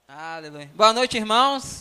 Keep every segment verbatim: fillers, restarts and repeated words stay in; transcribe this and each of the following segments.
Aleluia. Boa noite, irmãos.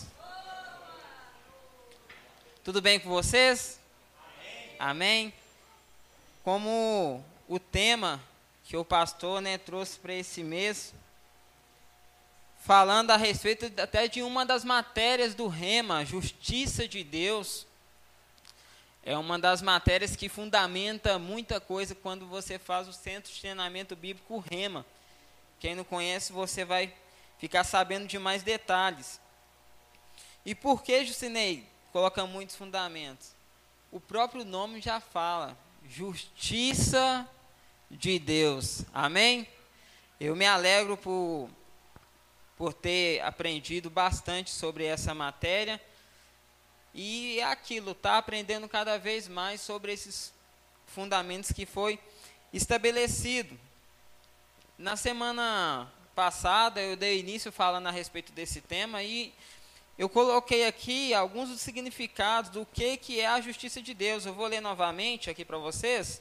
Tudo bem com vocês? Amém. Amém. Como o tema que o pastor, né, trouxe para esse mês, falando a respeito até de uma das matérias do Rema, Justiça de Deus. É uma das matérias que fundamenta muita coisa quando você faz o Centro de Treinamento Bíblico Rema. Quem não conhece, você vai ficar sabendo de mais detalhes. E por que, Jucinei, coloca muitos fundamentos? O próprio nome já fala, Justiça de Deus. Amém? Eu me alegro por, por ter aprendido bastante sobre essa matéria. E é aquilo, tá aprendendo cada vez mais sobre esses fundamentos que foi estabelecido. Na semana passada eu dei início falando a respeito desse tema e eu coloquei aqui alguns dos significados do que, que é a justiça de Deus. Eu vou ler novamente aqui para vocês.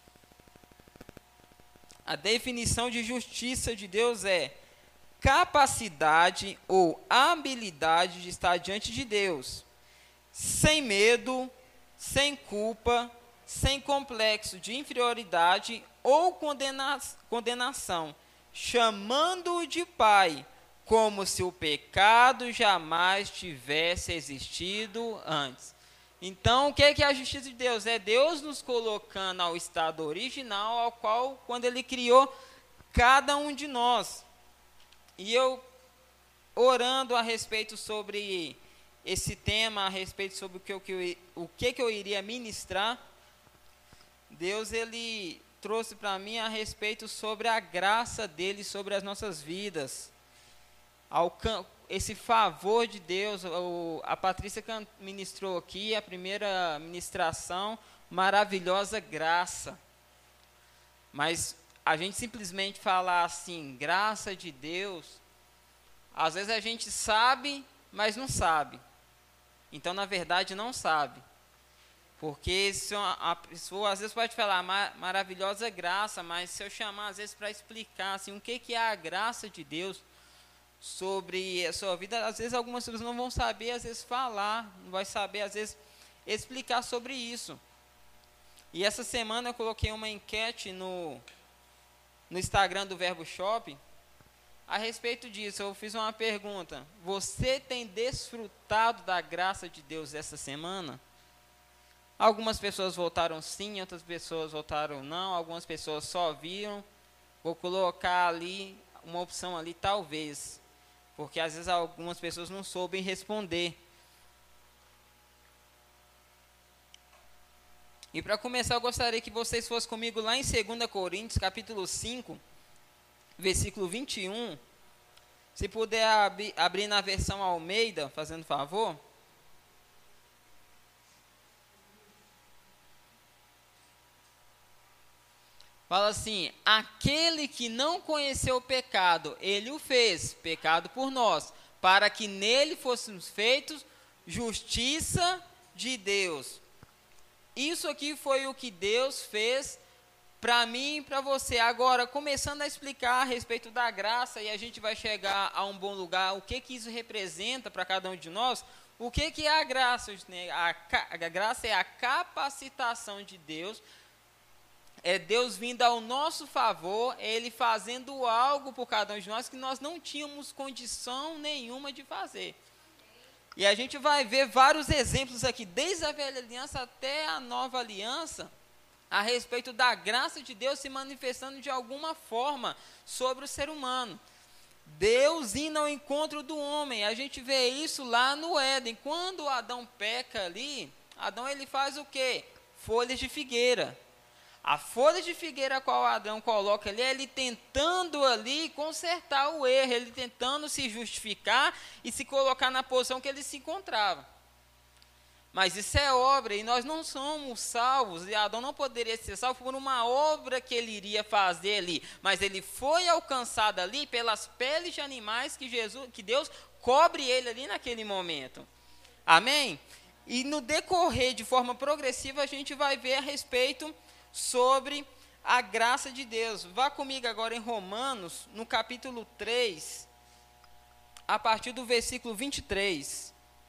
A definição de justiça de Deus é capacidade ou habilidade de estar diante de Deus, sem medo, sem culpa, sem complexo de inferioridade ou condena condenação, chamando-o de Pai, como se o pecado jamais tivesse existido antes. Então, o que é, que é a justiça de Deus? É Deus nos colocando ao estado original, ao qual, quando Ele criou cada um de nós. E eu, orando a respeito sobre esse tema, a respeito sobre o que, o que, eu, o que, que eu iria ministrar, Deus, Ele trouxe para mim a respeito sobre a graça dele sobre as nossas vidas. Esse favor de Deus, a Patrícia ministrou aqui, a primeira ministração, maravilhosa graça. Mas a gente simplesmente falar assim, graça de Deus, às vezes a gente sabe, mas não sabe. Então, na verdade, não sabe. Porque se a pessoa às vezes pode falar mar, maravilhosa graça, mas se eu chamar às vezes para explicar assim, o que, que é a graça de Deus sobre a sua vida, às vezes algumas pessoas não vão saber às vezes falar, não vai saber às vezes explicar sobre isso. E essa semana eu coloquei uma enquete no, no Instagram do Verbo Shop a respeito disso. Eu fiz uma pergunta: você tem desfrutado da graça de Deus essa semana? Algumas pessoas votaram sim, outras pessoas votaram não, algumas pessoas só viram. Vou colocar ali uma opção ali, talvez, porque às vezes algumas pessoas não soubem responder. E para começar, eu gostaria que vocês fossem comigo lá em dois Coríntios, capítulo cinco, versículo vinte e um. Se puder ab- abrir na versão Almeida, fazendo favor. Fala assim: aquele que não conheceu o pecado, ele o fez, pecado por nós, para que nele fôssemos feitos justiça de Deus. Isso aqui foi o que Deus fez para mim e para você. Agora, começando a explicar a respeito da graça, e a gente vai chegar a um bom lugar, o que, que isso representa para cada um de nós. O que, que é a graça? A, a graça é a capacitação de Deus. É Deus vindo ao nosso favor, Ele fazendo algo por cada um de nós que nós não tínhamos condição nenhuma de fazer. E a gente vai ver vários exemplos aqui, desde a velha aliança até a nova aliança, a respeito da graça de Deus se manifestando de alguma forma sobre o ser humano. Deus indo ao encontro do homem, a gente vê isso lá no Éden. Quando Adão peca ali, Adão ele faz o quê? Folhas de figueira. A folha de figueira a qual Adão coloca ali, é ele tentando ali consertar o erro, ele tentando se justificar e se colocar na posição que ele se encontrava. Mas isso é obra, e nós não somos salvos, e Adão não poderia ser salvo por uma obra que ele iria fazer ali, mas ele foi alcançado ali pelas peles de animais que, Jesus, que Deus cobre ele ali naquele momento. Amém? E no decorrer de forma progressiva a gente vai ver a respeito sobre a graça de Deus. Vá comigo agora em Romanos, no capítulo três, a partir do versículo vinte e três.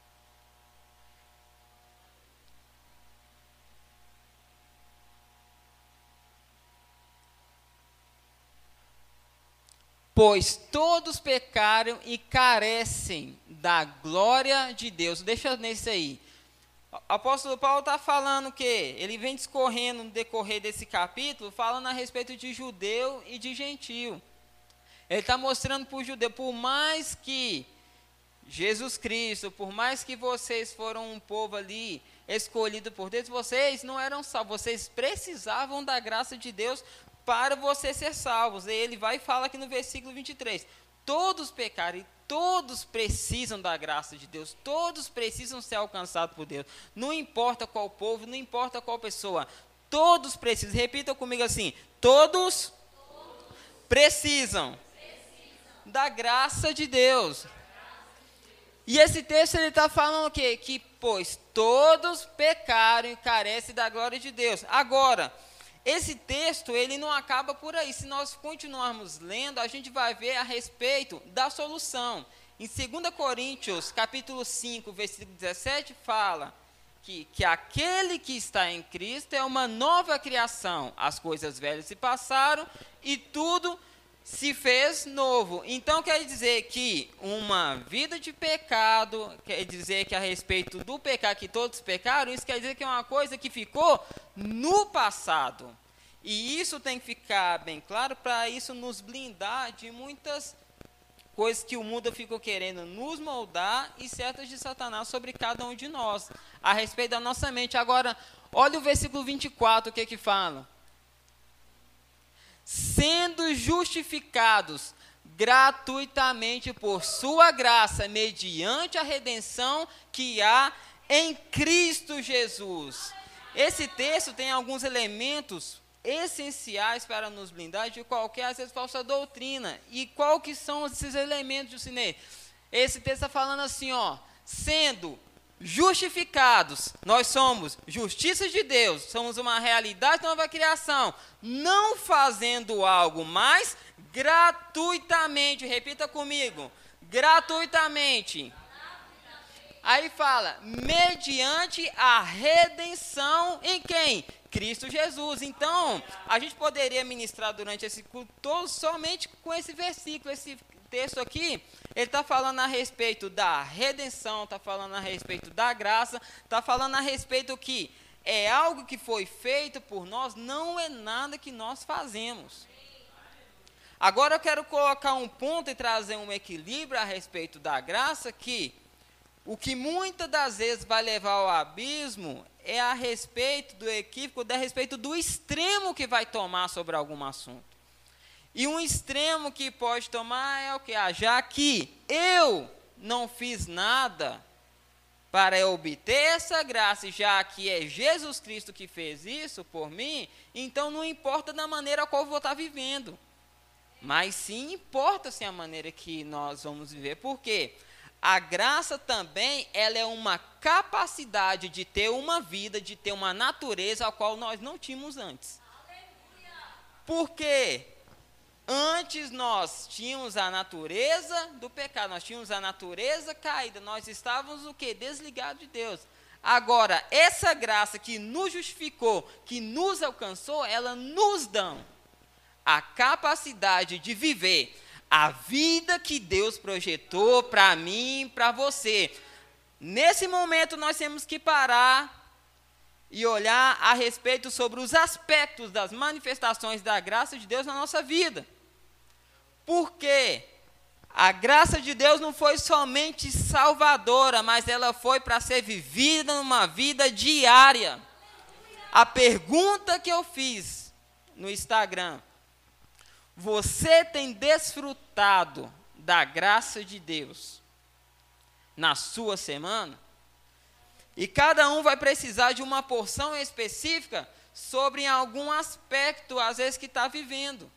Pois todos pecaram e carecem da glória de Deus. Deixa nesse aí. O apóstolo Paulo está falando que ele vem discorrendo no decorrer desse capítulo, falando a respeito de judeu e de gentio. Ele está mostrando para o judeu, por mais que Jesus Cristo, por mais que vocês foram um povo ali escolhido por Deus, vocês não eram salvos, vocês precisavam da graça de Deus para vocês ser salvos. E ele vai e fala aqui no versículo vinte e três, todos pecaram e todos precisam da graça de Deus, todos precisam ser alcançados por Deus, não importa qual povo, não importa qual pessoa, todos precisam, repita comigo assim, todos, todos precisam, precisam da graça de Deus. E esse texto ele está falando o quê? Que, pois, todos pecaram e carecem da glória de Deus. Agora, esse texto, ele não acaba por aí. Se nós continuarmos lendo, a gente vai ver a respeito da solução. Em dois Coríntios, capítulo cinco, versículo dezessete, fala que, que aquele que está em Cristo é uma nova criação. As coisas velhas se passaram e tudo se fez novo. Então quer dizer que uma vida de pecado, quer dizer que a respeito do pecado que todos pecaram, isso quer dizer que é uma coisa que ficou no passado. E isso tem que ficar bem claro para isso nos blindar de muitas coisas que o mundo ficou querendo nos moldar e certas de Satanás sobre cada um de nós, a respeito da nossa mente. Agora, olha o versículo vinte e quatro, o que que fala? Sendo justificados gratuitamente por sua graça, mediante a redenção que há em Cristo Jesus. Esse texto tem alguns elementos essenciais para nos blindar de qualquer, às vezes, falsa doutrina. E qual que são esses elementos, Jucinei? Esse texto está falando assim, ó, sendo justificados, nós somos justiça de Deus, somos uma realidade de nova criação, não fazendo algo mais, gratuitamente, repita comigo, gratuitamente. Aí fala, mediante a redenção em quem? Cristo Jesus. Então, a gente poderia ministrar durante esse culto todo somente com esse versículo, esse texto aqui, ele está falando a respeito da redenção, está falando a respeito da graça, está falando a respeito que é algo que foi feito por nós, não é nada que nós fazemos. Agora eu quero colocar um ponto e trazer um equilíbrio a respeito da graça, que o que muitas das vezes vai levar ao abismo é a respeito do equívoco, a respeito do extremo que vai tomar sobre algum assunto. E um extremo que pode tomar é o que? Ah, já que eu não fiz nada para obter essa graça, já que é Jesus Cristo que fez isso por mim, então não importa da maneira qual eu vou estar vivendo. Mas sim importa-se a maneira que nós vamos viver. Por quê? A graça também, ela é uma capacidade de ter uma vida, de ter uma natureza a qual nós não tínhamos antes. Por quê? Antes nós tínhamos a natureza do pecado, nós tínhamos a natureza caída, nós estávamos o quê? Desligados de Deus. Agora, essa graça que nos justificou, que nos alcançou, ela nos dá a capacidade de viver a vida que Deus projetou para mim e para você. Nesse momento nós temos que parar e olhar a respeito sobre os aspectos das manifestações da graça de Deus na nossa vida. Porque a graça de Deus não foi somente salvadora, mas ela foi para ser vivida numa vida diária. A pergunta que eu fiz no Instagram: você tem desfrutado da graça de Deus na sua semana? E cada um vai precisar de uma porção específica sobre algum aspecto, às vezes, que está vivendo.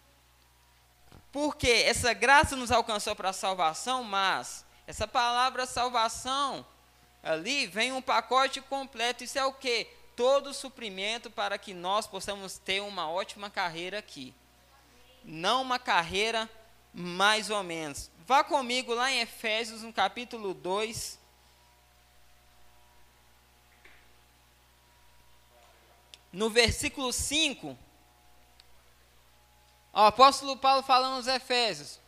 Porque essa graça nos alcançou para a salvação, mas essa palavra salvação, ali vem um pacote completo. Isso é o quê? Todo o suprimento para que nós possamos ter uma ótima carreira aqui. Não uma carreira mais ou menos. Vá comigo lá em Efésios, no capítulo dois. No versículo cinco. O apóstolo Paulo falando aos Efésios: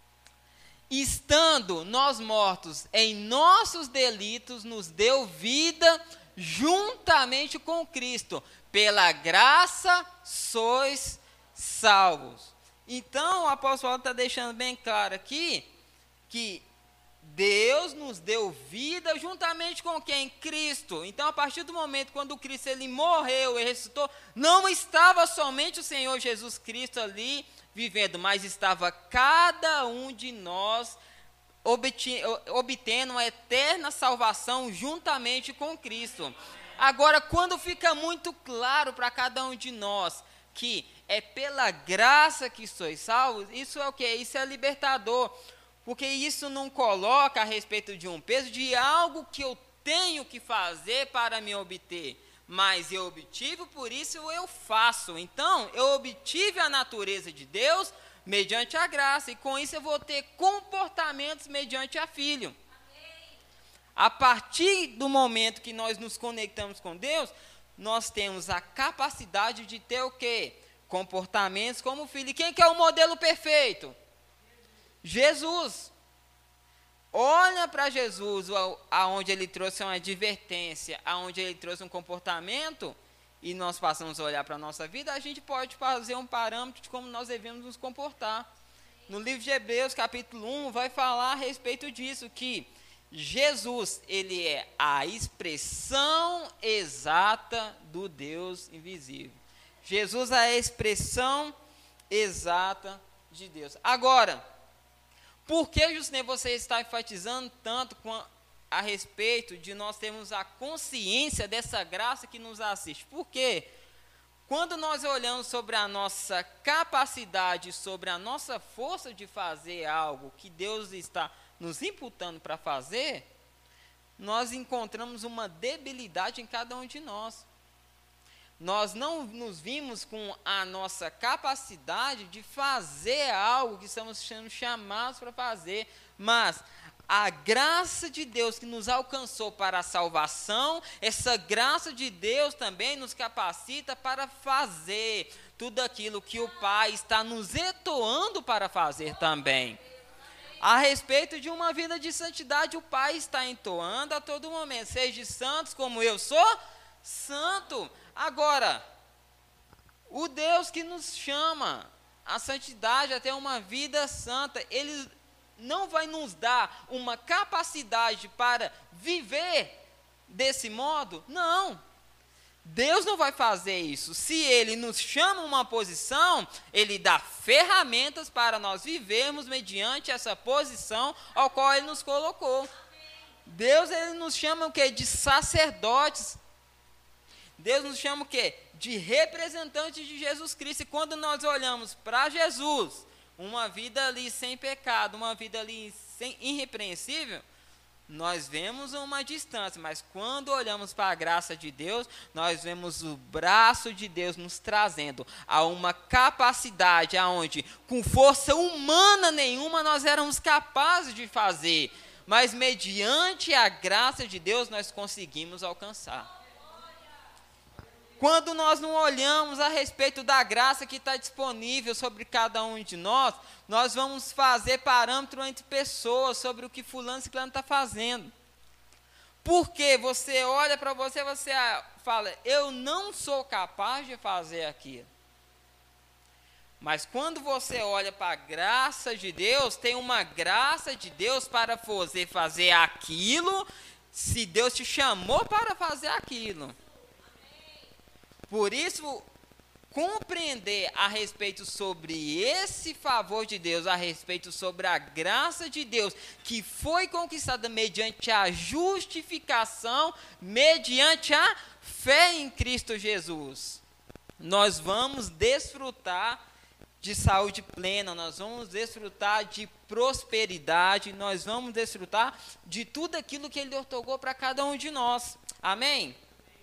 estando nós mortos em nossos delitos, nos deu vida juntamente com Cristo. Pela graça sois salvos. Então o apóstolo Paulo está deixando bem claro aqui que Deus nos deu vida juntamente com quem? Cristo. Então, a partir do momento quando Cristo ele morreu e ressuscitou, não estava somente o Senhor Jesus Cristo ali vivendo, mas estava cada um de nós obtendo uma eterna salvação juntamente com Cristo. Agora, quando fica muito claro para cada um de nós que é pela graça que sois salvos, isso é o quê? Isso é libertador. Porque isso não coloca a respeito de um peso, de algo que eu tenho que fazer para me obter. Mas eu obtive, por isso eu faço. Então, eu obtive a natureza de Deus mediante a graça. E com isso eu vou ter comportamentos mediante a Filho. Amém. A partir do momento que nós nos conectamos com Deus, nós temos a capacidade de ter o quê? Comportamentos como Filho. E quem que é o modelo perfeito? Jesus. Olha para Jesus, aonde ele trouxe uma advertência, aonde ele trouxe um comportamento, e nós passamos a olhar para a nossa vida, a gente pode fazer um parâmetro de como nós devemos nos comportar. No livro de Hebreus, capítulo um, vai falar a respeito disso, que Jesus, ele é a expressão exata do Deus invisível. Jesus é a expressão exata de Deus. Agora, por que, Jusnei, você está enfatizando tanto com a, a respeito de nós termos a consciência dessa graça que nos assiste? Por quê? Quando nós olhamos sobre a nossa capacidade, sobre a nossa força de fazer algo que Deus está nos imputando para fazer, nós encontramos uma debilidade em cada um de nós. Nós não nos vimos com a nossa capacidade de fazer algo que estamos sendo chamados para fazer, mas a graça de Deus que nos alcançou para a salvação, essa graça de Deus também nos capacita para fazer tudo aquilo que o Pai está nos entoando para fazer também. A respeito de uma vida de santidade, o Pai está entoando a todo momento: sejam santos como eu sou santo. Agora, o Deus que nos chama à santidade, a ter uma vida santa, Ele não vai nos dar uma capacidade para viver desse modo? Não. Deus não vai fazer isso. Se Ele nos chama a uma posição, Ele dá ferramentas para nós vivermos mediante essa posição ao qual Ele nos colocou. Deus, Ele nos chama o quê? De sacerdotes. Deus nos chama o quê? De representantes de Jesus Cristo. E quando nós olhamos para Jesus, uma vida ali sem pecado, uma vida ali sem, irrepreensível, nós vemos uma distância. Mas quando olhamos para a graça de Deus, nós vemos o braço de Deus nos trazendo a uma capacidade aonde, com força humana nenhuma, nós éramos capazes de fazer. Mas mediante a graça de Deus, nós conseguimos alcançar. Quando nós não olhamos a respeito da graça que está disponível sobre cada um de nós, nós vamos fazer parâmetro entre pessoas sobre o que fulano e ciclano está fazendo. Porque você olha para você e você fala: eu não sou capaz de fazer aquilo. Mas quando você olha para a graça de Deus, tem uma graça de Deus para você fazer aquilo, se Deus te chamou para fazer aquilo. Por isso, compreender a respeito sobre esse favor de Deus, a respeito sobre a graça de Deus, que foi conquistada mediante a justificação, mediante a fé em Cristo Jesus, nós vamos desfrutar de saúde plena, nós vamos desfrutar de prosperidade, nós vamos desfrutar de tudo aquilo que Ele otorgou para cada um de nós. Amém?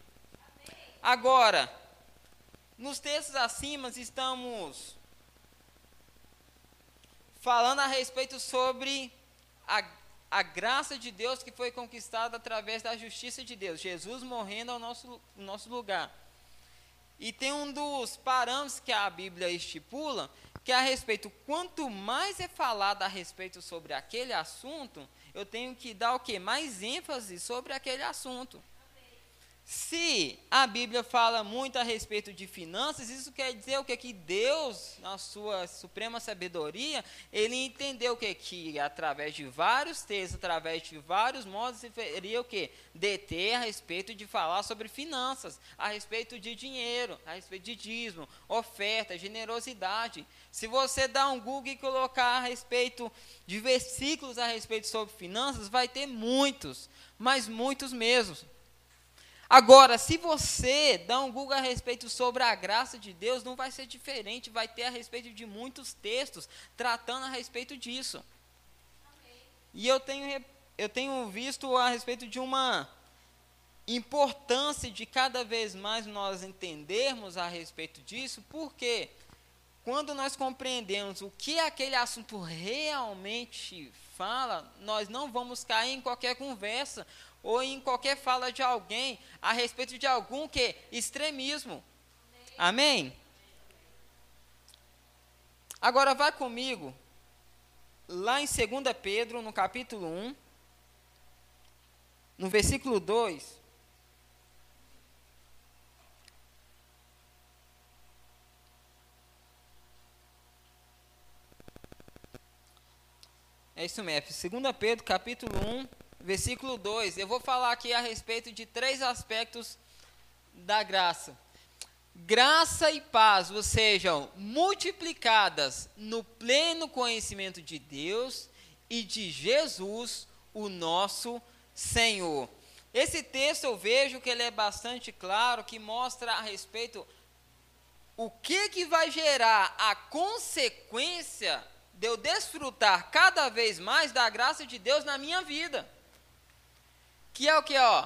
Agora, nos textos acima estamos falando a respeito sobre a, a graça de Deus que foi conquistada através da justiça de Deus, Jesus morrendo ao nosso, nosso lugar. E tem um dos parâmetros que a Bíblia estipula, que é a respeito, quanto mais é falado a respeito sobre aquele assunto, eu tenho que dar o quê? Mais ênfase sobre aquele assunto. Se a Bíblia fala muito a respeito de finanças, isso quer dizer o que? Que Deus, na sua suprema sabedoria, ele entendeu o que? Que através de vários textos, através de vários modos, seria o que? Deter a respeito de falar sobre finanças, a respeito de dinheiro, a respeito de dízimo, oferta, generosidade. Se você dá um Google e colocar a respeito de versículos a respeito sobre finanças, vai ter muitos, mas muitos mesmo. Agora, se você dá um Google a respeito sobre a graça de Deus, não vai ser diferente, vai ter a respeito de muitos textos tratando a respeito disso. Amém. E eu tenho, eu tenho visto a respeito de uma importância de cada vez mais nós entendermos a respeito disso, porque quando nós compreendemos o que aquele assunto realmente fala, nós não vamos cair em qualquer conversa, ou em qualquer fala de alguém a respeito de algum que extremismo. Amém? Amém? Agora vai comigo lá em segunda Pedro, no capítulo um, no versículo dois. É isso mesmo, segunda Pedro, capítulo um, versículo dois, eu vou falar aqui a respeito de três aspectos da graça. Graça e paz vos sejam multiplicadas no pleno conhecimento de Deus e de Jesus, o nosso Senhor. Esse texto eu vejo que ele é bastante claro, que mostra a respeito o que, que vai gerar a consequência de eu desfrutar cada vez mais da graça de Deus na minha vida. Que é o que, ó?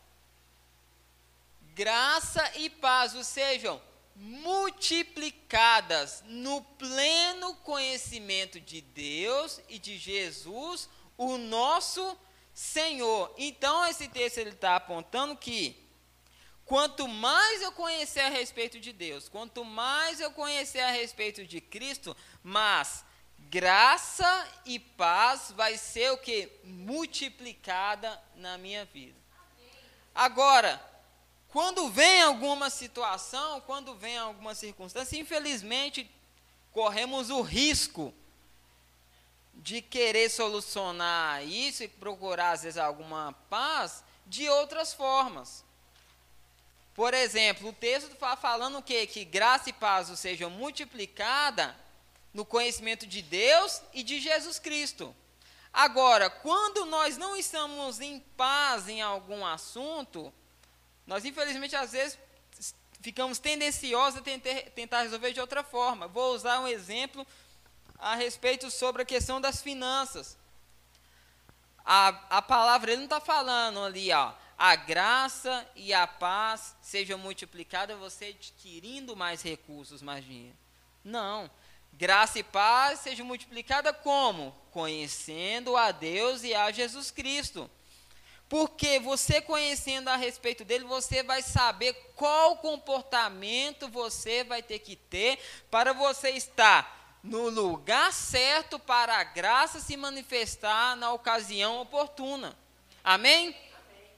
Graça e paz, ou sejam, multiplicadas no pleno conhecimento de Deus e de Jesus, o nosso Senhor. Então, esse texto ele está apontando que quanto mais eu conhecer a respeito de Deus, quanto mais eu conhecer a respeito de Cristo, mas graça e paz vai ser o que? Multiplicada na minha vida. Agora, quando vem alguma situação, quando vem alguma circunstância, infelizmente, corremos o risco de querer solucionar isso e procurar, às vezes, alguma paz de outras formas. Por exemplo, o texto está falando o quê? Que graça e paz sejam multiplicadas no conhecimento de Deus e de Jesus Cristo. Agora, quando nós não estamos em paz em algum assunto, nós infelizmente às vezes ficamos tendenciosos a tentar, tentar resolver de outra forma. Vou usar um exemplo a respeito sobre a questão das finanças. A, a palavra, ele não está falando ali, ó, a graça e a paz sejam multiplicadas, você adquirindo mais recursos, mais dinheiro. Não. Graça e paz sejam multiplicadas como? Conhecendo a Deus e a Jesus Cristo. Porque você conhecendo a respeito dele, você vai saber qual comportamento você vai ter que ter para você estar no lugar certo para a graça se manifestar na ocasião oportuna. Amém? Amém.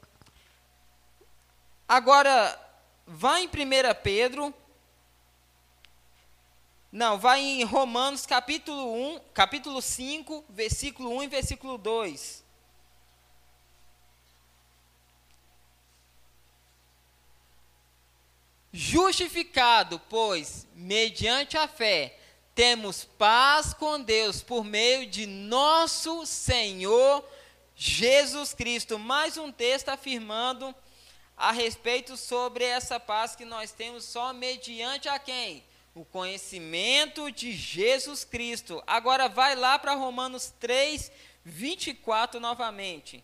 Agora, vai em primeira Pedro... Não, vai em Romanos capítulo um, capítulo cinco, versículo um e versículo dois. Justificado, pois, mediante a fé, temos paz com Deus por meio de nosso Senhor Jesus Cristo. Mais um texto afirmando a respeito sobre essa paz que nós temos só mediante a quem? O conhecimento de Jesus Cristo. Agora vai lá para Romanos três, vinte e quatro novamente.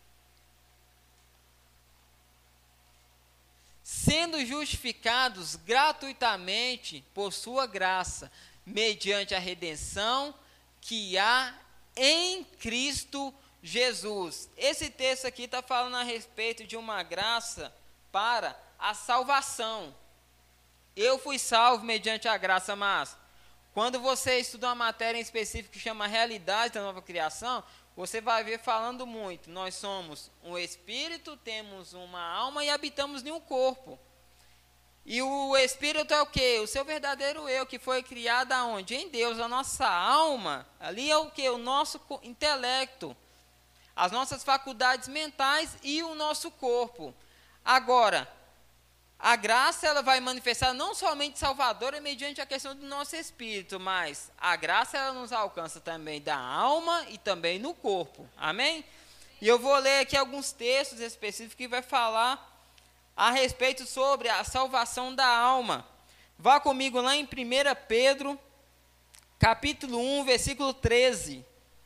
Sendo justificados gratuitamente por sua graça, mediante a redenção que há em Cristo Jesus. Esse texto aqui está falando a respeito de uma graça para a salvação. Eu fui salvo mediante a graça, mas quando você estuda uma matéria em específico que chama Realidade da Nova Criação, você vai ver falando muito. Nós somos um espírito, temos uma alma e habitamos em um corpo. E o espírito é o quê? O seu verdadeiro eu, que foi criado aonde? Em Deus. A nossa alma, ali é o quê? O nosso intelecto, as nossas faculdades mentais e o nosso corpo. Agora, a graça ela vai manifestar não somente salvadora mediante a questão do nosso espírito, mas a graça ela nos alcança também da alma e também no corpo. Amém? E eu vou ler aqui alguns textos específicos que vai falar a respeito sobre a salvação da alma. Vá comigo lá em primeira Pedro, capítulo um, versículo treze.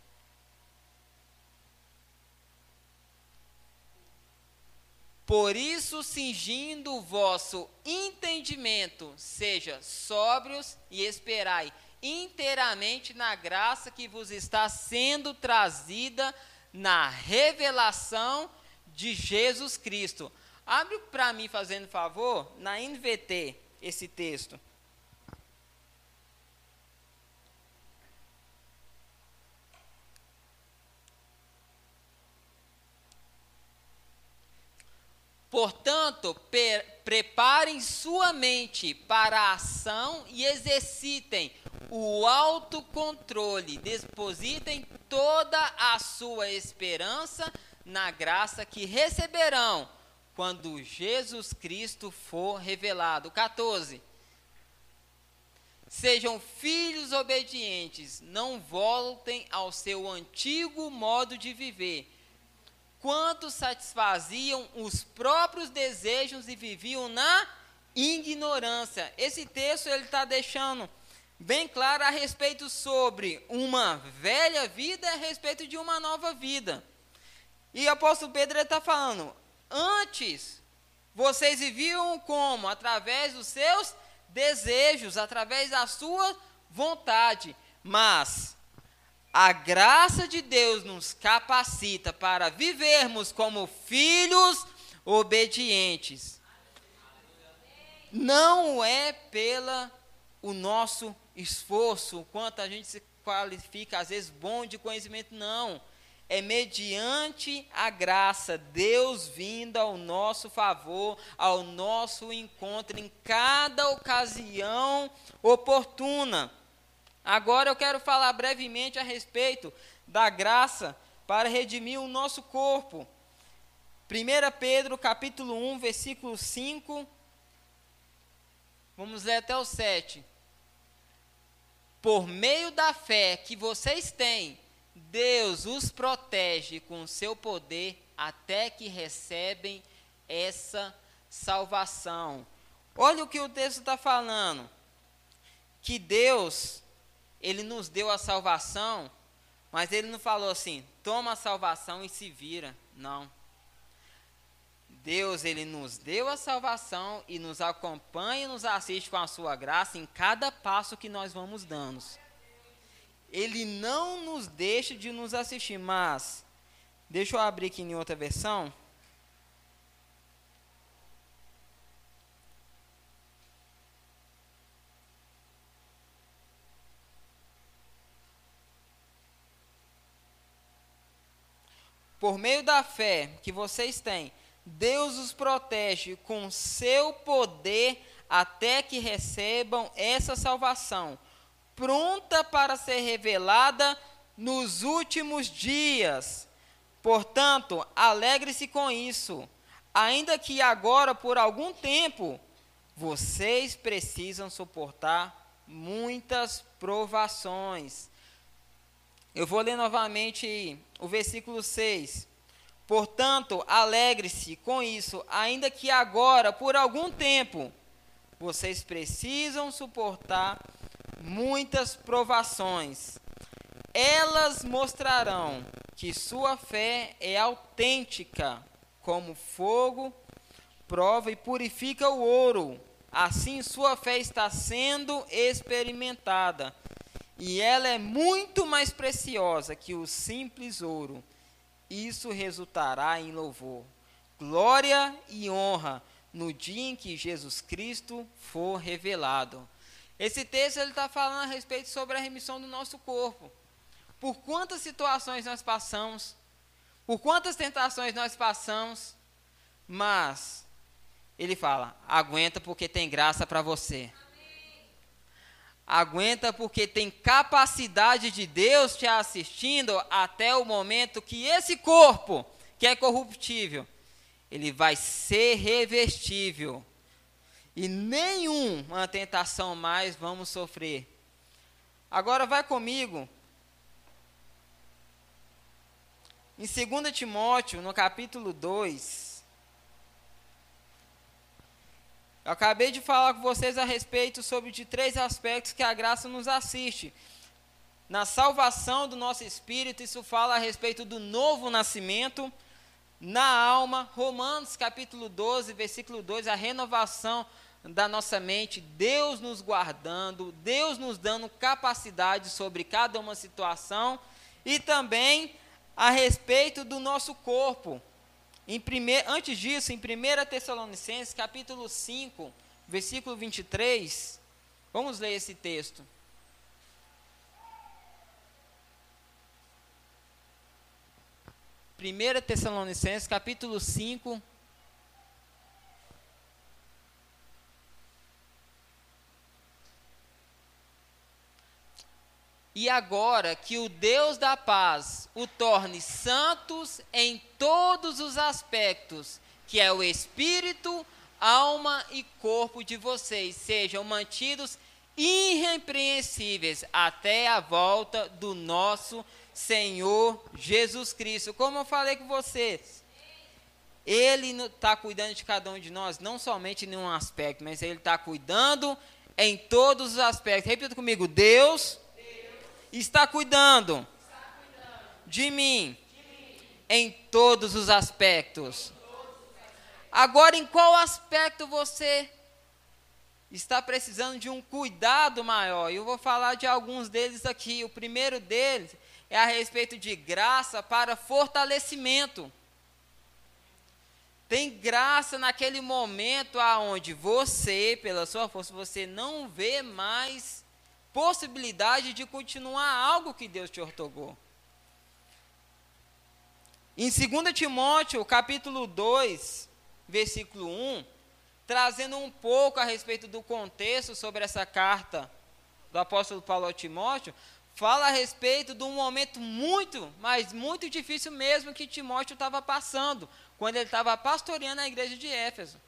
Por isso, cingindo o vosso entendimento, seja sóbrios e esperai inteiramente na graça que vos está sendo trazida na revelação de Jesus Cristo. Abre para mim, fazendo favor, na N V T, esse texto. Portanto, preparem sua mente para a ação e exercitem o autocontrole. Depositem toda a sua esperança na graça que receberão quando Jesus Cristo for revelado. quatorze. Sejam filhos obedientes, não voltem ao seu antigo modo de viver, quanto satisfaziam os próprios desejos e viviam na ignorância. Esse texto ele está deixando bem claro a respeito sobre uma velha vida e a respeito de uma nova vida. E o apóstolo Pedro está falando, antes vocês viviam como? Através dos seus desejos, através da sua vontade, mas a graça de Deus nos capacita para vivermos como filhos obedientes. Não é pela o nosso esforço, o quanto a gente se qualifica, às vezes bom de conhecimento, não. É mediante a graça, Deus vindo ao nosso favor, ao nosso encontro em cada ocasião oportuna. Agora eu quero falar brevemente a respeito da graça para redimir o nosso corpo. primeira Pedro, capítulo um, versículo cinco. Vamos ler até o sete. Por meio da fé que vocês têm, Deus os protege com seu poder até que recebem essa salvação. Olha o que o texto está falando. Que Deus, Ele nos deu a salvação, mas Ele não falou assim, toma a salvação e se vira. Não. Deus, Ele nos deu a salvação e nos acompanha e nos assiste com a sua graça em cada passo que nós vamos dando. Ele não nos deixa de nos assistir, mas, deixa eu abrir aqui em outra versão. Por meio da fé que vocês têm, Deus os protege com seu poder até que recebam essa salvação, pronta para ser revelada nos últimos dias. Portanto, alegre-se com isso, ainda que agora, por algum tempo, vocês precisam suportar muitas provações. Eu vou ler novamente o versículo seis. Portanto, alegre-se com isso, ainda que agora, por algum tempo, vocês precisam suportar muitas provações. Elas mostrarão que sua fé é autêntica, como fogo prova e purifica o ouro. Assim, sua fé está sendo experimentada e ela é muito mais preciosa que o simples ouro. Isso resultará em louvor, glória e honra no dia em que Jesus Cristo for revelado. Esse texto ele está falando a respeito sobre a remissão do nosso corpo. Por quantas situações nós passamos, por quantas tentações nós passamos, mas ele fala, aguenta porque tem graça para você. Amém. Aguenta porque tem capacidade de Deus te assistindo até o momento que esse corpo, que é corruptível, ele vai ser revestível. E nenhuma tentação mais vamos sofrer. Agora vai comigo. Em dois Timóteo, no capítulo dois. Eu acabei de falar com vocês a respeito sobre de três aspectos que a graça nos assiste. Na salvação do nosso espírito, isso fala a respeito do novo nascimento. Na alma, Romanos capítulo doze, versículo dois, a renovação da nossa mente, Deus nos guardando, Deus nos dando capacidade sobre cada uma situação, e também a respeito do nosso corpo. Em primeir, antes disso, em primeira Tessalonicenses capítulo cinco, versículo vinte e três, vamos ler esse texto. primeira Tessalonicenses capítulo cinco, e agora que o Deus da paz o torne santos em todos os aspectos, que é o espírito, alma e corpo de vocês, sejam mantidos irrepreensíveis até a volta do nosso Senhor Jesus Cristo. Como eu falei com vocês, Ele está cuidando de cada um de nós, não somente em um aspecto, mas Ele está cuidando em todos os aspectos. Repita comigo, Deus, Deus está, cuidando está cuidando de mim, de mim em todos os aspectos. Agora, em qual aspecto você está precisando de um cuidado maior? Eu vou falar de alguns deles aqui. O primeiro deles é a respeito de graça para fortalecimento. Tem graça naquele momento aonde você, pela sua força, você não vê mais possibilidade de continuar algo que Deus te ortogou. Em dois Timóteo, capítulo dois, versículo um, trazendo um pouco a respeito do contexto sobre essa carta do apóstolo Paulo a Timóteo, fala a respeito de um momento muito, mas muito difícil mesmo que Timóteo estava passando, quando ele estava pastoreando a igreja de Éfeso.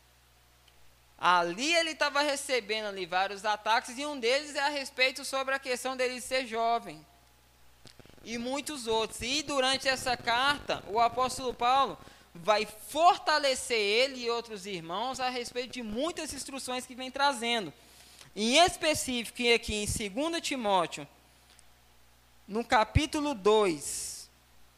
Ali ele estava recebendo ali vários ataques, e um deles é a respeito sobre a questão dele ser jovem. E muitos outros. E durante essa carta, o apóstolo Paulo vai fortalecer ele e outros irmãos a respeito de muitas instruções que vem trazendo. Em específico, aqui em dois Timóteo, no capítulo dois,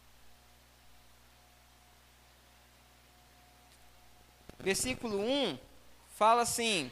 versículo um, fala assim: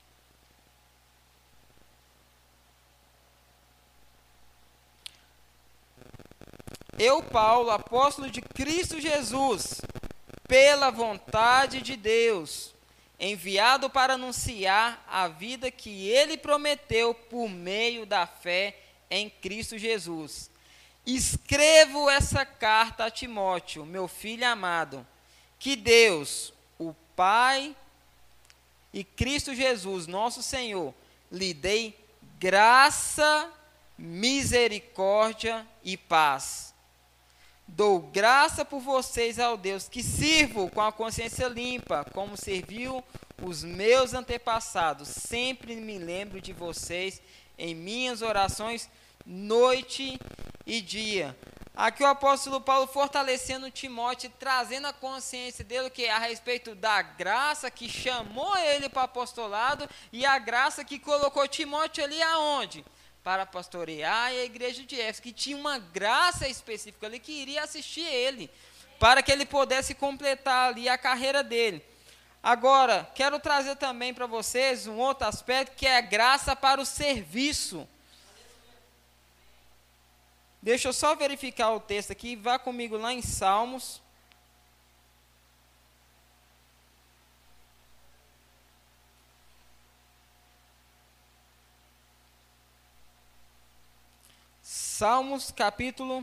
Eu, Paulo, apóstolo de Cristo Jesus, pela vontade de Deus, enviado para anunciar a vida que Ele prometeu por meio da fé em Cristo Jesus. Escrevo essa carta a Timóteo, meu filho amado, que Deus, o Pai e Cristo Jesus, nosso Senhor, lhe dê graça, misericórdia e paz. Dou graça por vocês ao Deus, que sirvo com a consciência limpa, como serviu os meus antepassados. Sempre me lembro de vocês em minhas orações, noite e dia. Aqui o apóstolo Paulo fortalecendo Timóteo, trazendo a consciência dele que é a respeito da graça que chamou ele para o apostolado, e a graça que colocou Timóteo ali aonde? Para pastorear a igreja de Éfeso, que tinha uma graça específica ali que iria assistir ele, para que ele pudesse completar ali a carreira dele. Agora, quero trazer também para vocês um outro aspecto, que é a graça para o serviço. Deixa eu só verificar o texto aqui, vá comigo lá em Salmos. Salmos capítulo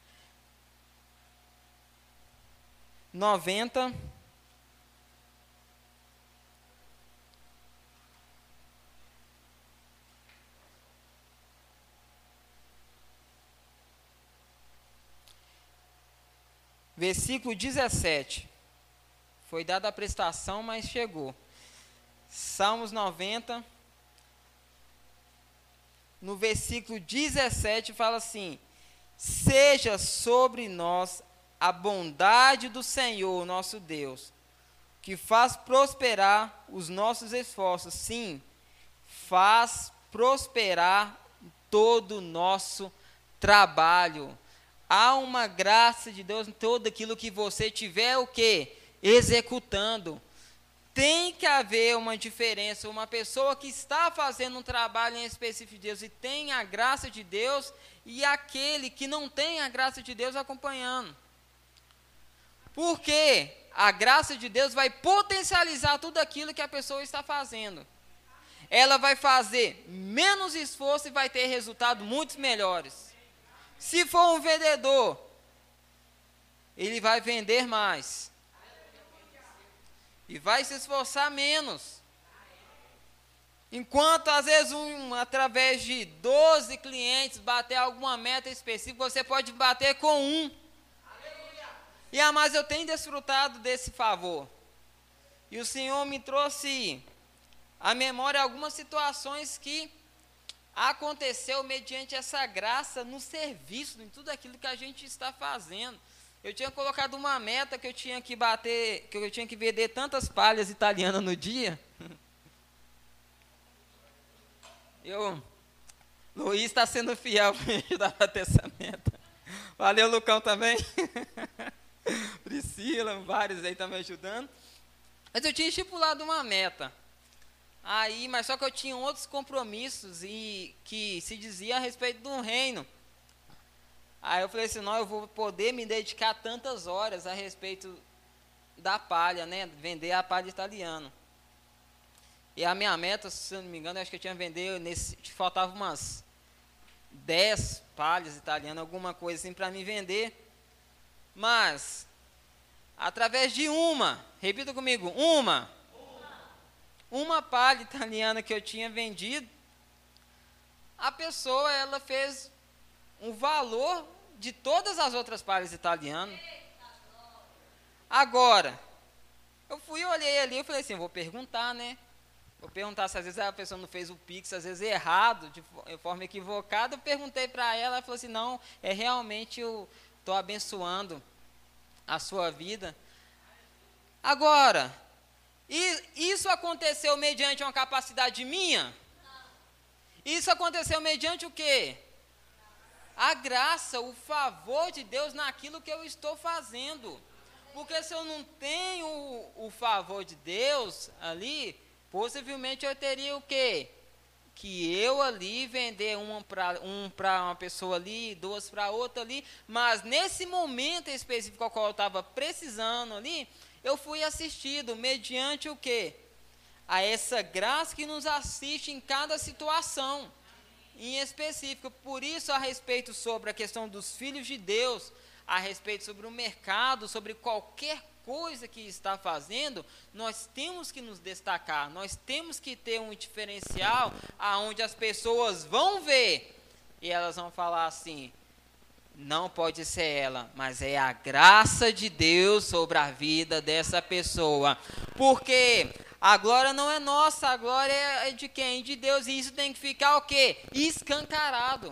noventa. Versículo dezessete. Foi dada a prestação, mas chegou. Salmos noventa. No versículo dezessete fala assim: seja sobre nós a bondade do Senhor, nosso Deus, que faz prosperar os nossos esforços. Sim, faz prosperar todo o nosso trabalho. Há uma graça de Deus em todo aquilo que você tiver o quê? Executando. Tem que haver uma diferença. Uma pessoa que está fazendo um trabalho em específico de Deus e tem a graça de Deus, e aquele que não tem a graça de Deus acompanhando. Porque a graça de Deus vai potencializar tudo aquilo que a pessoa está fazendo. Ela vai fazer menos esforço e vai ter resultados muito melhores. Se for um vendedor, ele vai vender mais. E vai se esforçar menos. Enquanto, às vezes, um, através de doze clientes, bater alguma meta específica, você pode bater com um. Aleluia. E, a mais, eu tenho desfrutado desse favor. E o Senhor me trouxe à memória algumas situações que aconteceu mediante essa graça no serviço, em tudo aquilo que a gente está fazendo. Eu tinha colocado uma meta que eu tinha que bater, que eu tinha que vender tantas palhas italianas no dia. Eu, Luiz está sendo fiel para me ajudar a bater essa meta. Valeu, Lucão, também. Priscila, vários aí estão me ajudando. Mas eu tinha estipulado uma meta. Aí, mas só que eu tinha outros compromissos e que se dizia a respeito do reino. Aí eu falei assim, não, eu vou poder me dedicar tantas horas a respeito da palha, né? Vender a palha italiana. E a minha meta, se eu não me engano, eu acho que eu tinha que vender, nesse, faltava umas dez palhas italianas, alguma coisa assim para me vender. Mas, através de uma, repita comigo, uma, uma, uma palha italiana que eu tinha vendido, a pessoa, ela fez um valor de todas as outras palhas italianas. Agora, eu fui, olhei ali, eu falei assim, vou perguntar, né? Vou perguntar se às vezes a pessoa não fez o Pix, às vezes errado, de forma equivocada. Eu perguntei para ela, ela falou assim, não, é realmente eu estou abençoando a sua vida. Agora, isso aconteceu mediante uma capacidade minha? Isso aconteceu mediante o quê? A graça, o favor de Deus naquilo que eu estou fazendo. Porque se eu não tenho o, o favor de Deus ali, possivelmente eu teria o quê? Que eu ali vender uma para um para uma pessoa ali, duas para outra ali, mas nesse momento específico ao qual eu estava precisando ali, eu fui assistido mediante o quê? A essa graça que nos assiste em cada situação, em específico. Por isso, a respeito sobre a questão dos filhos de Deus, a respeito sobre o mercado, sobre qualquer coisa que está fazendo, nós temos que nos destacar, nós temos que ter um diferencial aonde as pessoas vão ver e elas vão falar assim, não pode ser ela, mas é a graça de Deus sobre a vida dessa pessoa, porque a glória não é nossa, a glória é de quem? De Deus, e isso tem que ficar o quê? Escancarado.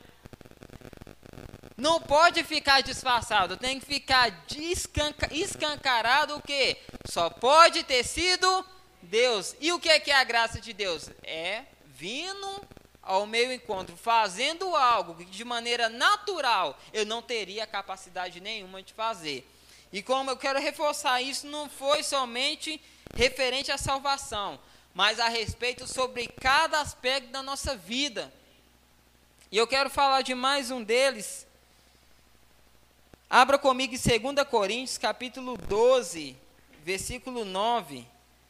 Não pode ficar disfarçado, tem que ficar descanca, escancarado o quê? Só pode ter sido Deus. E o que é, que é a graça de Deus? É vindo ao meu encontro, fazendo algo que de maneira natural eu não teria capacidade nenhuma de fazer. E como eu quero reforçar isso, não foi somente referente à salvação, mas a respeito sobre cada aspecto da nossa vida. E eu quero falar de mais um deles, Abra comigo em segunda Coríntios, capítulo doze, versículo nove.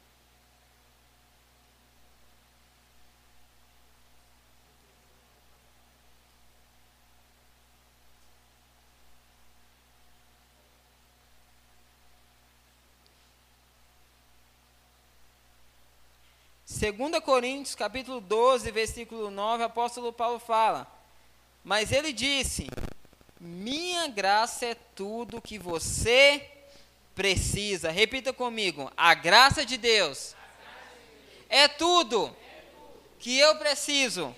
segunda Coríntios, capítulo doze, versículo nove, o apóstolo Paulo fala: mas ele disse: minha graça é tudo que você precisa. Repita comigo: a graça de Deus é tudo que eu preciso.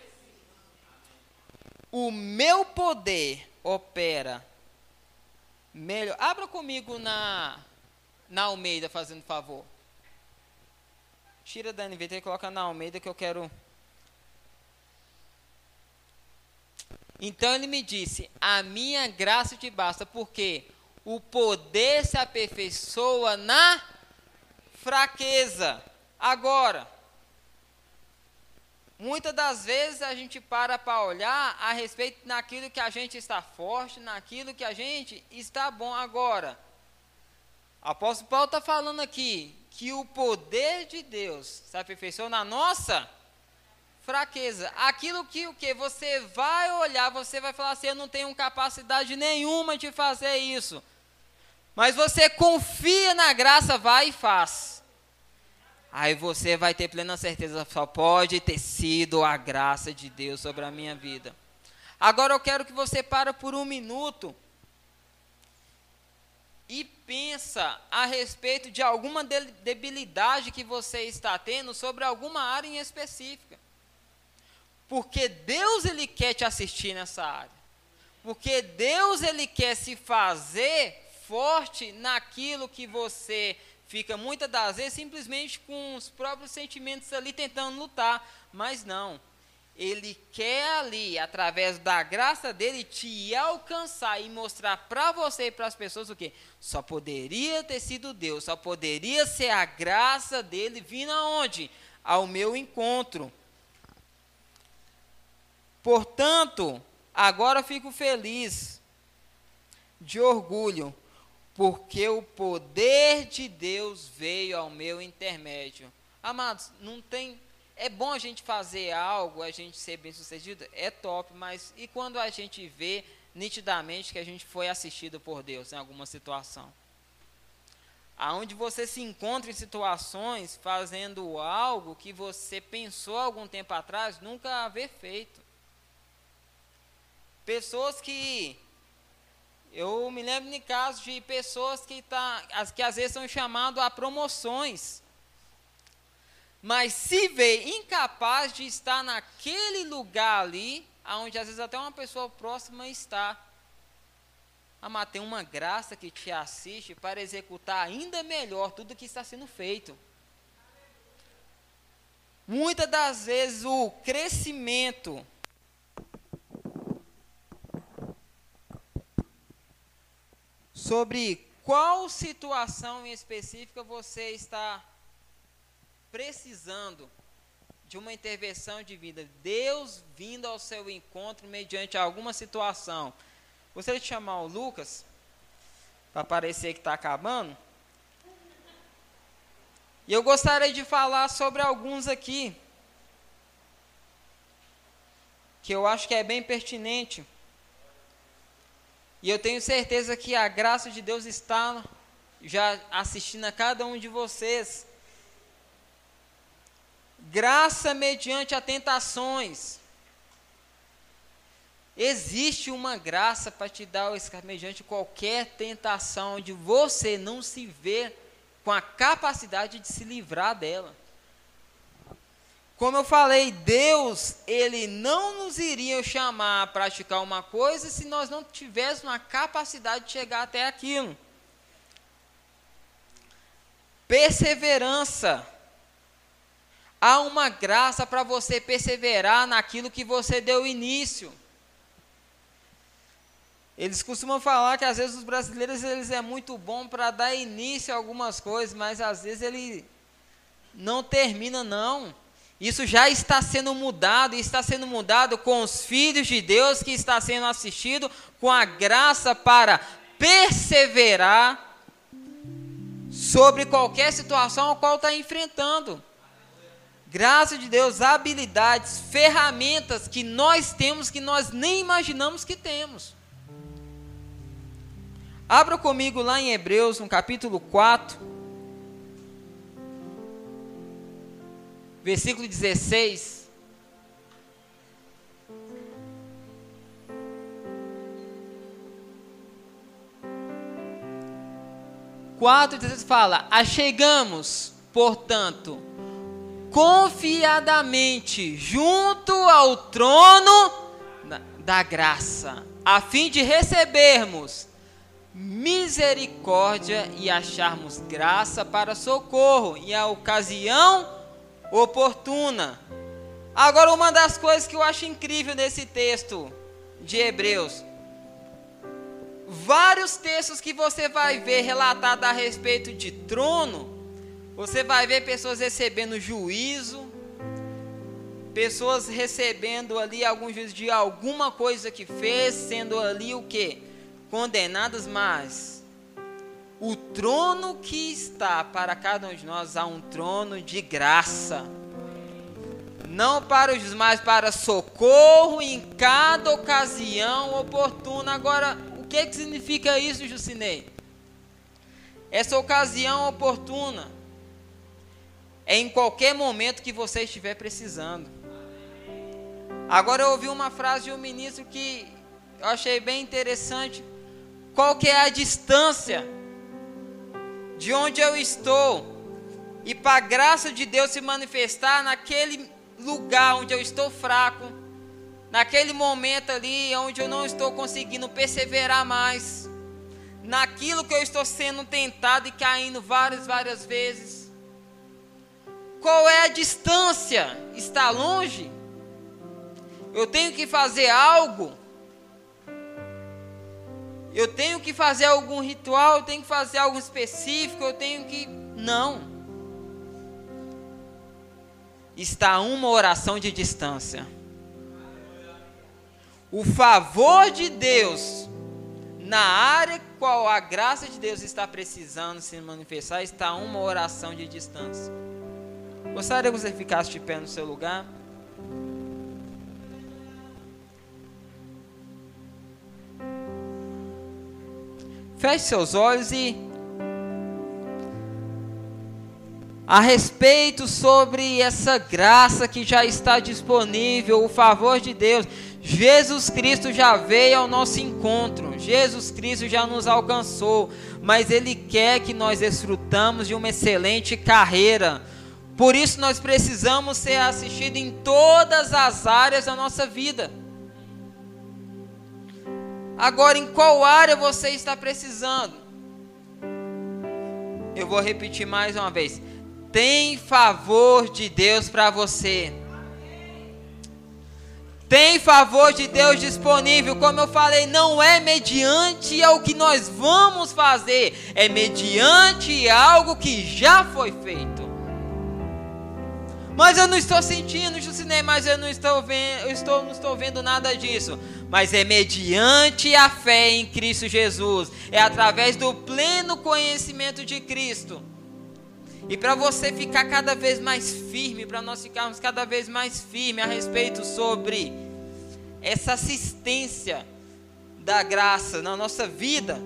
O meu poder opera melhor. Abra comigo na, na Almeida, fazendo favor. Tira da N V T e coloca na Almeida que eu quero. Então ele me disse: a minha graça te basta, porque o poder se aperfeiçoa na fraqueza. Agora, muitas das vezes a gente para para olhar a respeito naquilo que a gente está forte, naquilo que a gente está bom. Agora, o apóstolo Paulo está falando aqui que o poder de Deus se aperfeiçoa na nossa fraqueza. Aquilo que o que você vai olhar, você vai falar assim: eu não tenho capacidade nenhuma de fazer isso. Mas você confia na graça, vai e faz. Aí você vai ter plena certeza, só pode ter sido a graça de Deus sobre a minha vida. Agora eu quero que você pare por um minuto e pensa a respeito de alguma debilidade que você está tendo sobre alguma área em específica. Porque Deus, ele quer te assistir nessa área. Porque Deus, ele quer se fazer forte naquilo que você fica muitas das vezes simplesmente com os próprios sentimentos ali tentando lutar. Mas não. Ele quer ali, através da graça dele, te alcançar e mostrar para você e para as pessoas o quê? Só poderia ter sido Deus, só poderia ser a graça dele vindo aonde? Ao meu encontro. Portanto, agora fico feliz, de orgulho, porque o poder de Deus veio ao meu intermédio. Amados, não tem... É bom a gente fazer algo, a gente ser bem sucedido, é top, mas e quando a gente vê nitidamente que a gente foi assistido por Deus em alguma situação? Aonde você se encontra em situações fazendo algo que você pensou algum tempo atrás nunca haver feito. Pessoas que... Eu me lembro de casos de pessoas que, tá, que às vezes são chamadas a promoções, mas se vê incapaz de estar naquele lugar ali, onde às vezes até uma pessoa próxima está. Ah, mas tem uma graça que te assiste para executar ainda melhor tudo que está sendo feito. Muitas das vezes o crescimento sobre qual situação em específica você está precisando de uma intervenção divina, Deus vindo ao seu encontro mediante alguma situação. Gostaria de chamar o Lucas, para parecer que está acabando. E eu gostaria de falar sobre alguns aqui, que eu acho que é bem pertinente. E eu tenho certeza que a graça de Deus está já assistindo a cada um de vocês. Graça mediante a tentações. Existe uma graça para te dar mediante qualquer tentação, onde você não se vê com a capacidade de se livrar dela. Como eu falei, Deus, ele não nos iria chamar a praticar uma coisa se nós não tivéssemos a capacidade de chegar até aquilo. Perseverança. Há uma graça para você perseverar naquilo que você deu início. Eles costumam falar que às vezes os brasileiros eles é muito bom para dar início a algumas coisas, mas às vezes ele não termina não. Isso já está sendo mudado, e está sendo mudado com os filhos de Deus, que está sendo assistido com a graça para perseverar sobre qualquer situação a qual está enfrentando. Graça de Deus, habilidades, ferramentas que nós temos que nós nem imaginamos que temos. Abra comigo lá em Hebreus, no capítulo quatro, versículo dezesseis. quatro, dezesseis fala: achegamos, portanto, confiadamente junto ao trono da graça, a fim de recebermos misericórdia e acharmos graça para socorro e a ocasião oportuna. Agora, uma das coisas que eu acho incrível nesse texto de Hebreus, vários textos que você vai ver relatado a respeito de trono, você vai ver pessoas recebendo juízo, pessoas recebendo ali algum juízo de alguma coisa que fez, sendo ali o quê? Condenadas, mas o trono que está para cada um de nós há um trono de graça, não para os mas para socorro em cada ocasião oportuna. Agora, o que, que significa isso, Jucinei? Essa ocasião oportuna é em qualquer momento que você estiver precisando. Agora, eu ouvi uma frase de um ministro que eu achei bem interessante. Qual que é a distância de onde eu estou e para a graça de Deus se manifestar naquele lugar onde eu estou fraco, naquele momento ali onde eu não estou conseguindo perseverar mais, naquilo que eu estou sendo tentado e caindo várias, várias vezes. Qual é a distância? Está longe? Eu tenho que fazer algo? Eu tenho que fazer algum ritual? Eu tenho que fazer algo específico? Eu tenho que... Não. Está uma oração de distância. O favor de Deus na área qual a graça de Deus está precisando se manifestar está uma oração de distância. Gostaria que você ficasse de pé no seu lugar. Feche seus olhos e a respeito sobre essa graça que já está disponível, o favor de Deus, Jesus Cristo já veio ao nosso encontro, Jesus Cristo já nos alcançou, mas Ele quer que nós desfrutamos de uma excelente carreira. Por isso nós precisamos ser assistidos em todas as áreas da nossa vida. Agora, em qual área você está precisando? Eu vou repetir mais uma vez. Tem favor de Deus para você. Tem favor de Deus disponível. Como eu falei, não é mediante ao que nós vamos fazer, é mediante algo que já foi feito. Mas eu não estou sentindo, Jucinei, mas eu não estou vendo, eu estou, não estou vendo nada disso. Mas é mediante a fé em Cristo Jesus. É através do pleno conhecimento de Cristo. E para você ficar cada vez mais firme, para nós ficarmos cada vez mais firmes a respeito sobre essa assistência da graça na nossa vida,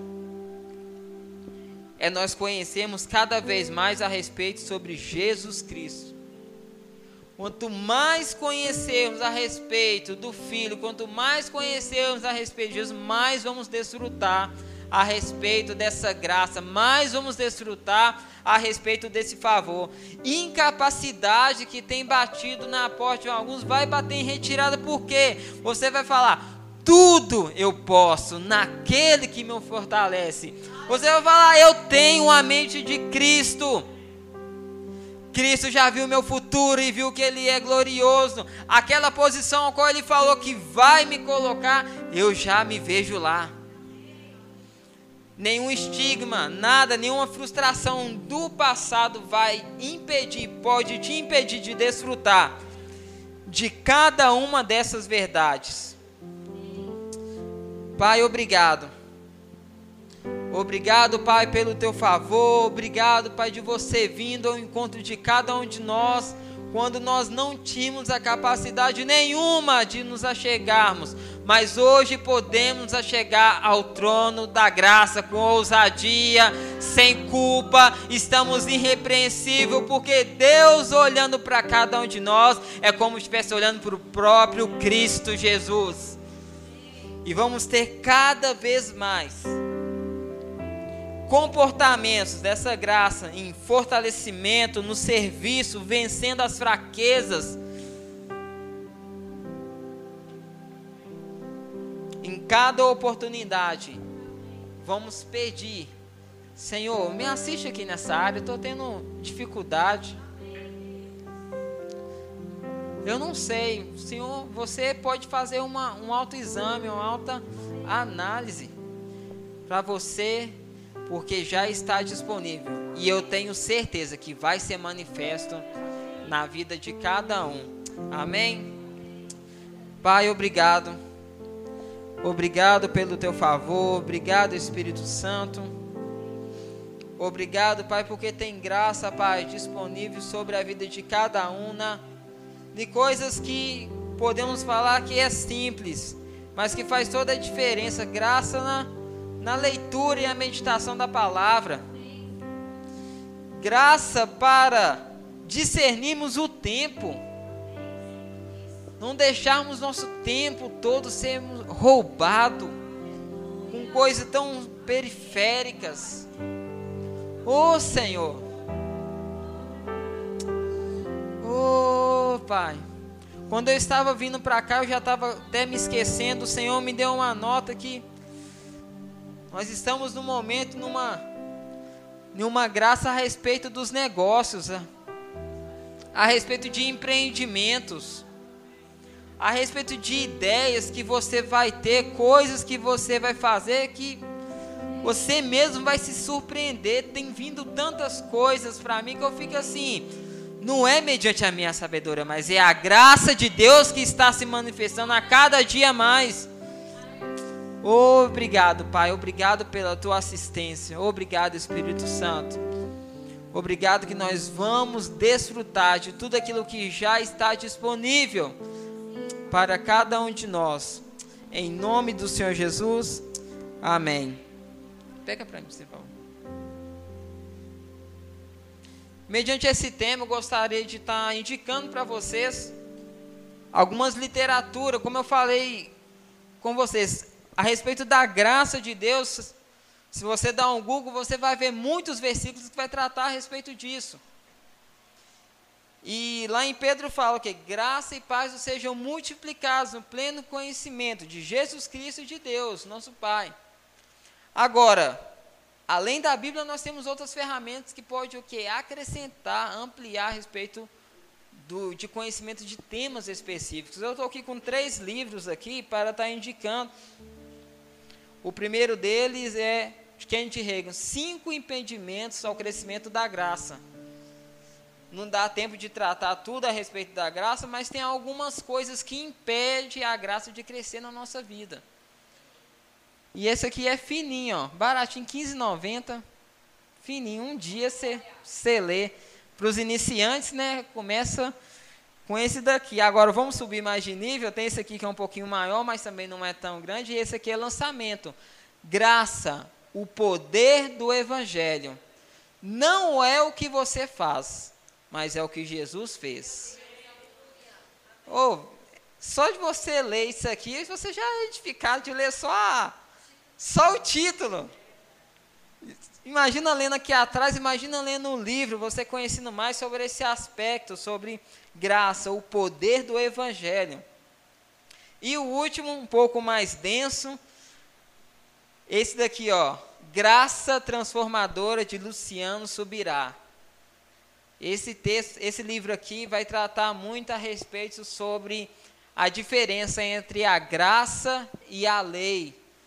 é nós conhecermos cada vez mais a respeito sobre Jesus Cristo. Quanto mais conhecermos a respeito do Filho, quanto mais conhecermos a respeito de Jesus, mais vamos desfrutar a respeito dessa graça, mais vamos desfrutar a respeito desse favor. Incapacidade que tem batido na porta de alguns vai bater em retirada, porque você vai falar: tudo eu posso naquele que me fortalece. Você vai falar: eu tenho a mente de Cristo. Cristo já viu meu futuro e viu que Ele é glorioso. Aquela posição a qual Ele falou que vai me colocar, eu já me vejo lá. nenhum estigma, nada, nenhuma frustração do passado vai impedir, pode te impedir de desfrutar de cada uma dessas verdades. Pai, obrigado. Obrigado, Pai, pelo teu favor. Obrigado, Pai, de você vindo ao encontro de cada um de nós, quando nós não tínhamos a capacidade nenhuma de nos achegarmos, mas hoje podemos achegar ao trono da graça com ousadia, sem culpa, estamos irrepreensíveis, porque Deus olhando para cada um de nós, é como se estivesse olhando para o próprio Cristo Jesus, e vamos ter cada vez mais comportamentos dessa graça em fortalecimento, no serviço, vencendo as fraquezas. Em cada oportunidade, vamos pedir: Senhor, me assiste aqui nessa área, eu estou tendo dificuldade. Eu não sei, Senhor, você pode fazer uma, um autoexame, uma alta análise para você, porque já está disponível, e eu tenho certeza que vai ser manifesto na vida de cada um. Amém? Pai, obrigado. Obrigado pelo teu favor. Obrigado, Espírito Santo. Obrigado, Pai, porque tem graça, Pai, disponível sobre a vida de cada um, na, de coisas que podemos falar que é simples, mas que faz toda a diferença. Graça na na leitura e a meditação da palavra, graça para discernirmos o tempo, não deixarmos nosso tempo todo ser roubado com coisas tão periféricas. Ô Senhor, ô Pai, quando eu estava vindo para cá, eu já estava até me esquecendo. O Senhor me deu uma nota que nós estamos no momento, numa, numa graça a respeito dos negócios, a, a respeito de empreendimentos, a respeito de ideias que você vai ter, coisas que você vai fazer que você mesmo vai se surpreender. Tem vindo tantas coisas para mim que eu fico assim, não é mediante a minha sabedoria, mas é a graça de Deus que está se manifestando a cada dia mais. Obrigado, Pai, obrigado pela tua assistência, obrigado, Espírito Santo, obrigado que nós vamos desfrutar de tudo aquilo que já está disponível para cada um de nós, em nome do Senhor Jesus, amém. Pega para mim, por favor. Mediante esse tema, eu gostaria de estar indicando para vocês algumas literaturas, como eu falei com vocês, a respeito da graça de Deus. Se você dá um Google, você vai ver muitos versículos que vai tratar a respeito disso. E lá em Pedro fala que graça e paz sejam multiplicados no pleno conhecimento de Jesus Cristo e de Deus, nosso Pai. Agora, além da Bíblia, nós temos outras ferramentas que podem o quê? Acrescentar, ampliar a respeito do, de conhecimento de temas específicos. Eu estou aqui com três livros aqui para estar indicando. O primeiro deles é de Kenneth Hagin, Cinco Impedimentos ao Crescimento da Graça. Não dá tempo de tratar tudo a respeito da graça, mas tem algumas coisas que impedem a graça de crescer na nossa vida. E esse aqui é fininho, ó, baratinho, quinze reais e noventa centavos, fininho. Um dia você lê. Para os iniciantes, né, começa com esse daqui. Agora vamos subir mais de nível. Tem esse aqui que é um pouquinho maior, mas também não é tão grande. E esse aqui é lançamento. Graça, o poder do Evangelho. Não é o que você faz, mas é o que Jesus fez. Oh, só de você ler isso aqui, você já é edificado de ler só, a, só o título. Imagina lendo aqui atrás, imagina lendo um livro, você conhecendo mais sobre esse aspecto, sobre graça, o poder do Evangelho. E o último, um pouco mais denso, esse daqui, ó, Graça Transformadora, de Luciano Subirá. Esse texto, esse livro aqui vai tratar muito a respeito sobre a diferença entre a graça e a lei.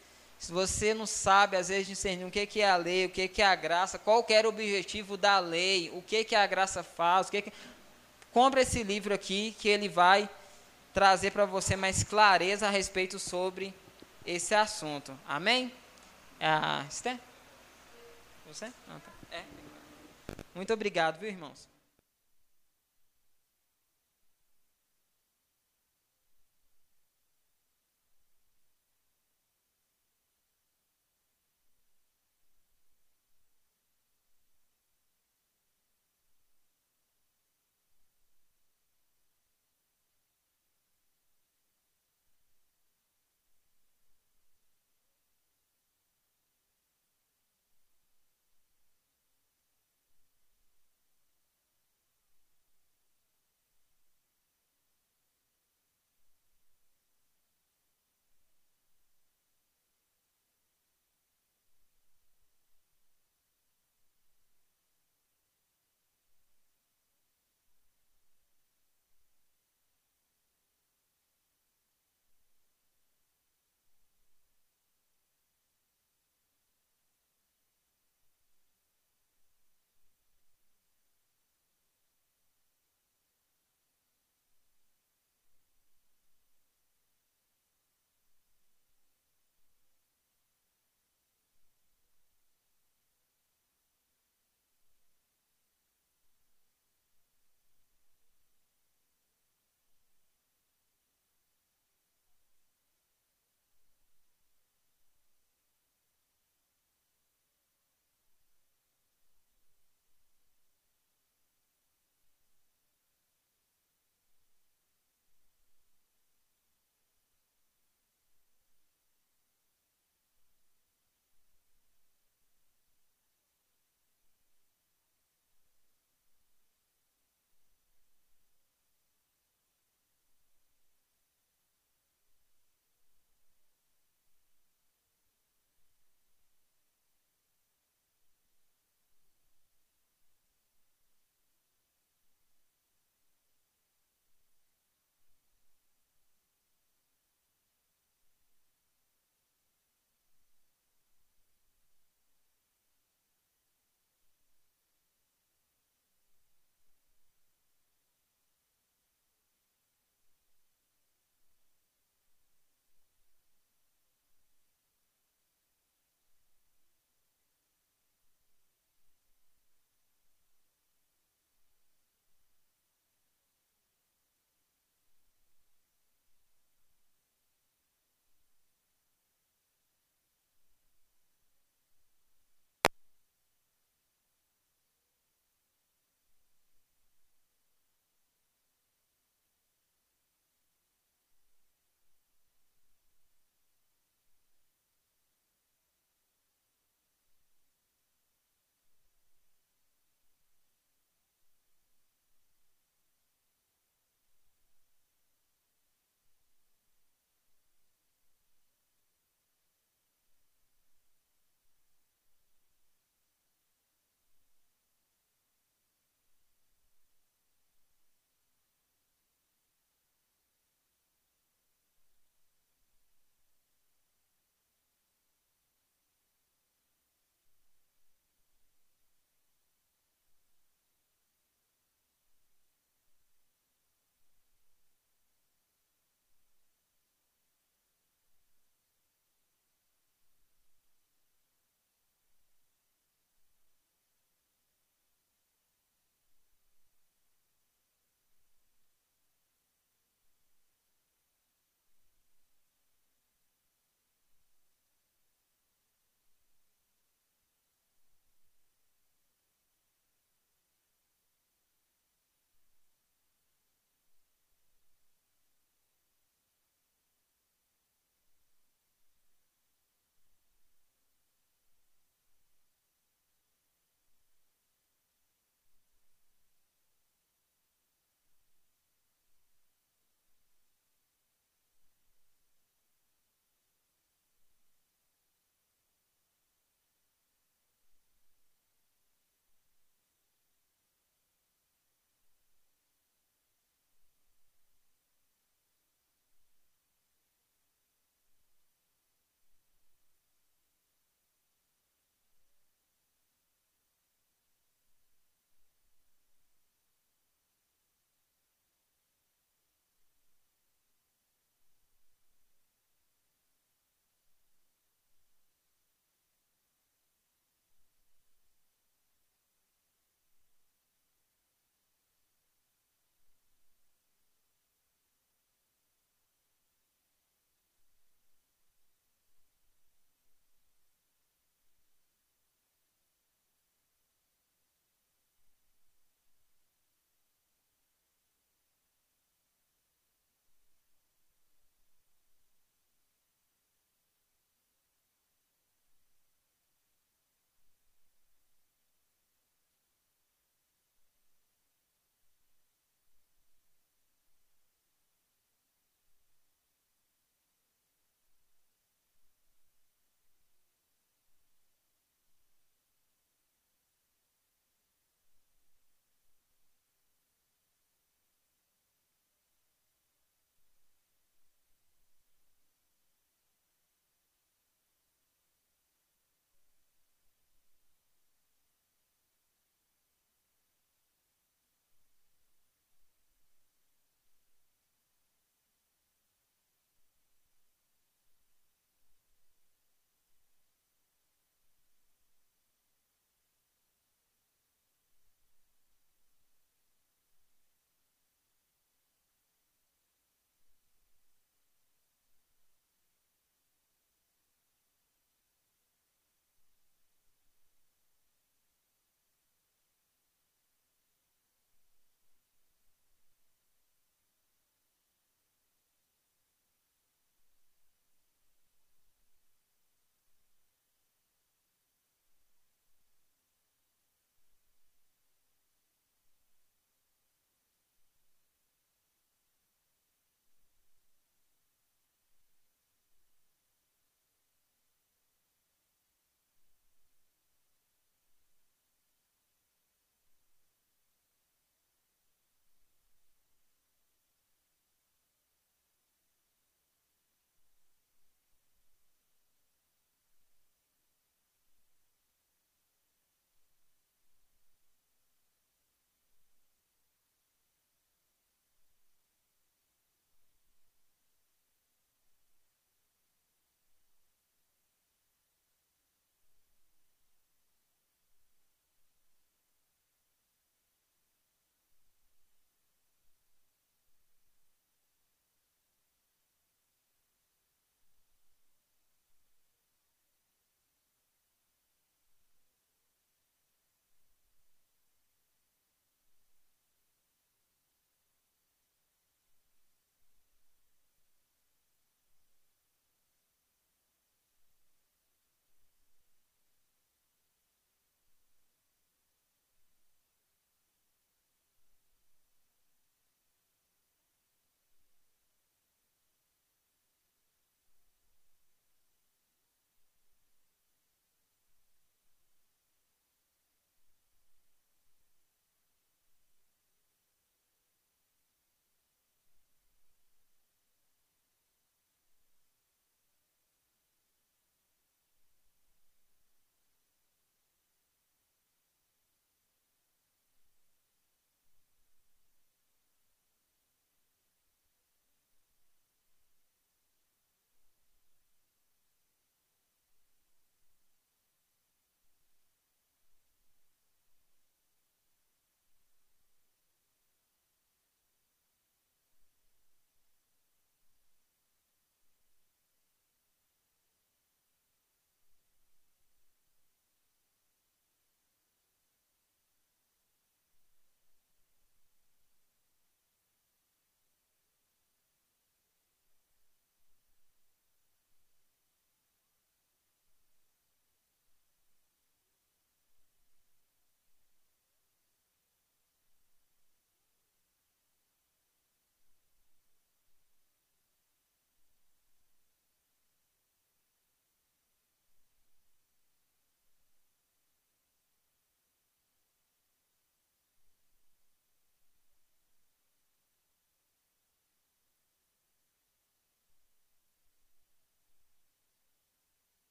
Se você não sabe, às vezes, discernir o que é a lei, o que é a graça, qual que era o objetivo da lei, o que que a graça faz, o que que... compre esse livro aqui, que ele vai trazer para você mais clareza a respeito sobre esse assunto. Amém? Ah, Esther? Você? Ah, tá. É. Muito obrigado, viu, irmãos?